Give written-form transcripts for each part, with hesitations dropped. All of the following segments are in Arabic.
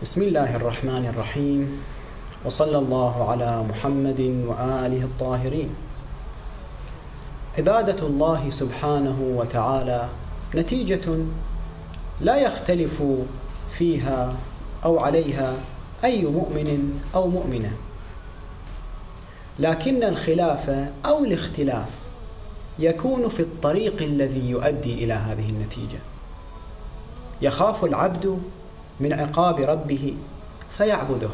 بسم الله الرحمن الرحيم، وصلى الله على محمد وآله الطاهرين. عبادة الله سبحانه وتعالى نتيجة لا يختلف فيها أو عليها أي مؤمن أو مؤمنة، لكن الخلاف أو الاختلاف يكون في الطريق الذي يؤدي إلى هذه النتيجة. يخاف العبد من عقاب ربه فيعبده،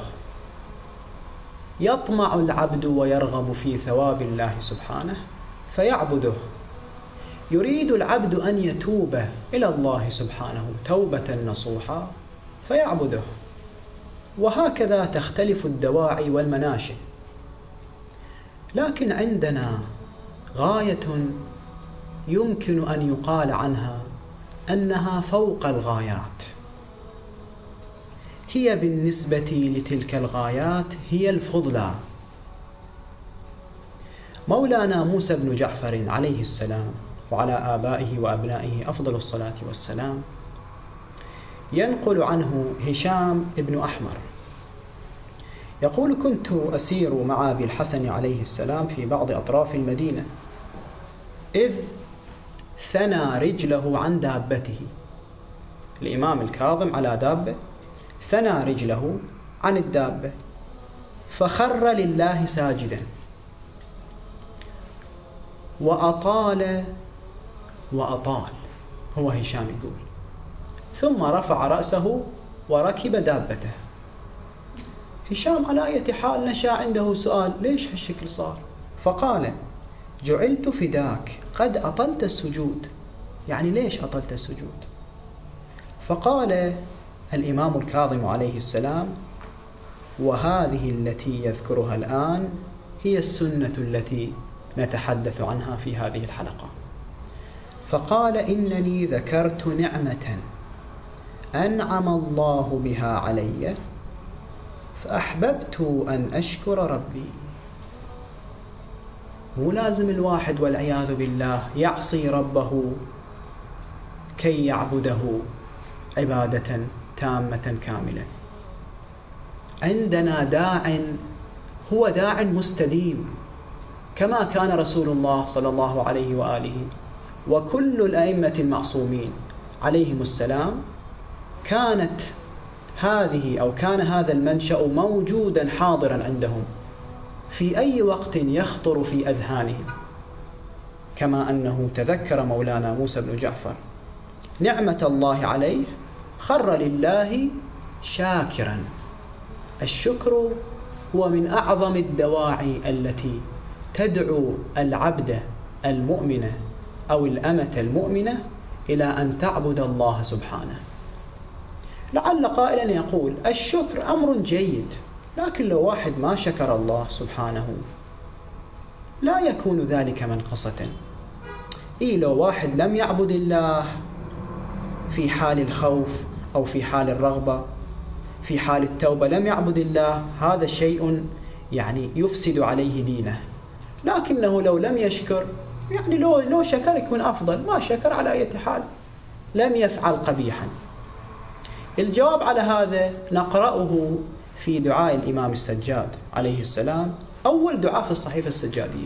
يطمع العبد ويرغب في ثواب الله سبحانه فيعبده، يريد العبد أن يتوب إلى الله سبحانه توبة نصوحا فيعبده، وهكذا تختلف الدواعي والمناشئ. لكن عندنا غاية يمكن أن يقال عنها أنها فوق الغايات، هي بالنسبة لتلك الغايات هي الفضلى. مولانا موسى بن جعفر عليه السلام وعلى آبائه وأبنائه أفضل الصلاة والسلام ينقل عنه هشام بن أحمر يقول: كنت أسير مع أبي الحسن عليه السلام في بعض أطراف المدينة، إذ ثنى رجله عن دابته. الإمام الكاظم على دابة، ثنى رجله عن الدابة فخر لله ساجدا، وأطال هو هشام يقول، ثم رفع رأسه وركب دابته. هشام على أي حال نشأ عنده سؤال: ليش هالشكل صار؟ فقال: جعلت فداك قد أطلت السجود. يعني ليش أطلت السجود؟ فقال الإمام الكاظم عليه السلام: وهذه التي يذكرها الآن هي السنة التي نتحدث عنها في هذه الحلقة. فقال: إنني ذكرت نعمة أنعم الله بها علي فأحببت أن أشكر ربي. مو لازم الواحد والعياذ بالله يعصي ربه كي يعبده عبادة تامة كاملة. عندنا داع هو داع مستديم، كما كان رسول الله صلى الله عليه وآله وكل الأئمة المعصومين عليهم السلام كان هذا المنشأ موجودا حاضرا عندهم في أي وقت يخطر في أذهانهم، كما أنه تذكر مولانا موسى بن جعفر نعمة الله عليه خر لله شاكرا. الشكر هو من أعظم الدواعي التي تدعو العبد المؤمن أو الأمة المؤمنة إلى أن تعبد الله سبحانه. لعل قائلا يقول: الشكر أمر جيد، لكن لو واحد ما شكر الله سبحانه لا يكون ذلك منقصة. لو واحد لم يعبد الله في حال الخوف أو في حال الرغبة، في حال التوبة لم يعبد الله، هذا شيء يفسد عليه دينه. لكنه لو لم يشكر، لو شكر يكون أفضل، ما شكر على أي حال لم يفعل قبيحا. الجواب على هذا نقرأه في دعاء الإمام السجاد عليه السلام، أول دعاء في الصحيفة السجادية.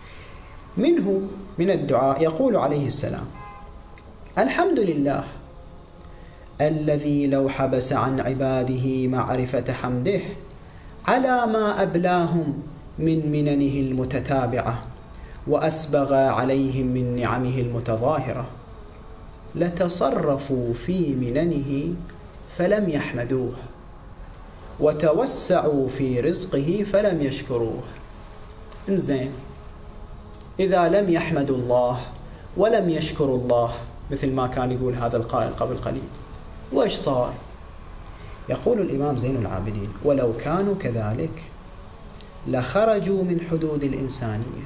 من الدعاء يقول عليه السلام: الحمد لله الذي لو حبس عن عباده معرفة حمده على ما أبلاهم من مننه المتتابعة وأسبغ عليهم من نعمه المتظاهرة لتصرفوا في مننه فلم يحمدوه، وتوسعوا في رزقه فلم يشكروه. إنزين، إذا لم يحمدوا الله ولم يشكروا الله مثل ما كان يقول هذا القائل قبل قليل، وإيش صار؟ يقول الإمام زين العابدين: ولو كانوا كذلك لخرجوا من حدود الإنسانية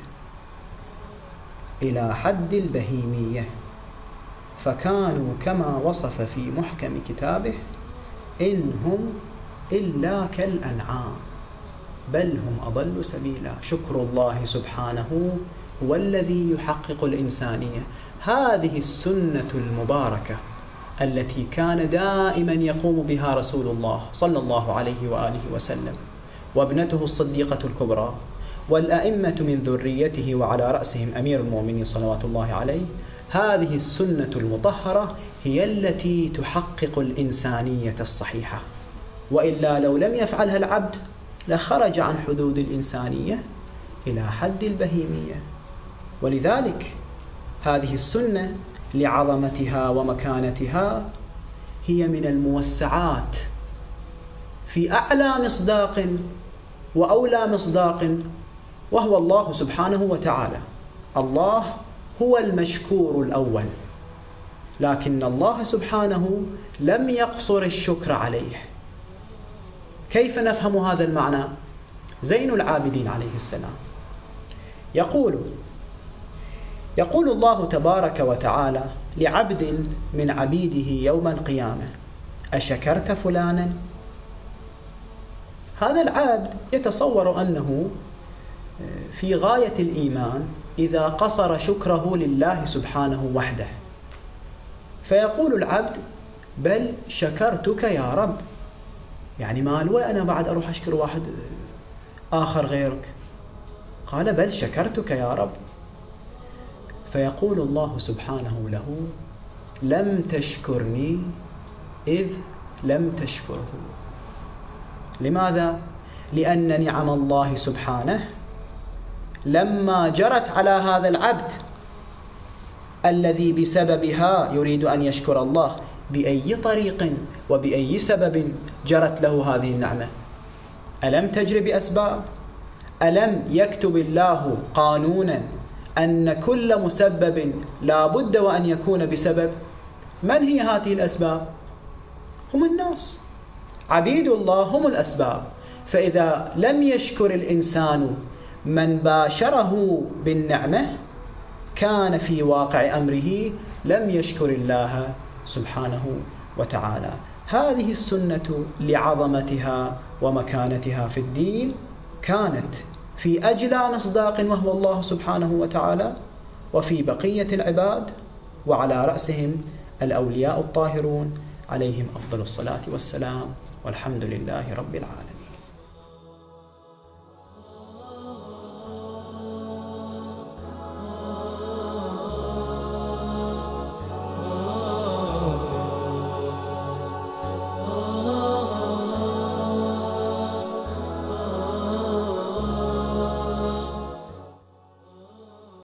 إلى حد البهيمية، فكانوا كما وصف في محكم كتابه: إن هم إلا كالأنعام بل هم أضل سبيلا. شكر الله سبحانه هو الذي يحقق الإنسانية. هذه السنة المباركة التي كان دائما يقوم بها رسول الله صلى الله عليه وآله وسلم وابنته الصديقة الكبرى والأئمة من ذريته وعلى رأسهم أمير المؤمنين صلوات الله عليه. هذه السنة المطهرة هي التي تحقق الإنسانية الصحيحة، وإلا لو لم يفعلها العبد لخرج عن حدود الإنسانية إلى حد البهيمية. ولذلك هذه السنة لعظمتها ومكانتها هي من الموسعات في أعلى مصداق وأولى مصداق، وهو الله سبحانه وتعالى. الله هو المشكور الأول، لكن الله سبحانه لم يقصر الشكر عليه. كيف نفهم هذا المعنى؟ زين العابدين عليه السلام يقول الله تبارك وتعالى لعبد من عبيده يوم القيامة: أشكرت فلانا؟ هذا العبد يتصور أنه في غاية الإيمان إذا قصر شكره لله سبحانه وحده، فيقول العبد: بل شكرتك يا رب، يعني مالوي أنا بعد أروح أشكر واحد آخر غيرك؟ قال: بل شكرتك يا رب. فيقول الله سبحانه له: لم تشكرني إذ لم تشكره. لماذا؟ لأن نعم الله سبحانه لما جرت على هذا العبد الذي بسببها يريد أن يشكر الله، بأي طريق وبأي سبب جرت له هذه النعمة؟ ألم تجر بأسباب؟ ألم يكتب الله قانونا أن كل مسبب لا بد وأن يكون بسبب؟ من هي هذه الأسباب؟ هم الناس، عبيد الله هم الأسباب. فإذا لم يشكر الإنسان من باشره بالنعمة كان في واقع أمره لم يشكر الله سبحانه وتعالى. هذه السنة لعظمتها ومكانتها في الدين كانت في أجلى مصداق وهو الله سبحانه وتعالى، وفي بقية العباد وعلى رأسهم الأولياء الطاهرون عليهم أفضل الصلاة والسلام، والحمد لله رب العالمين.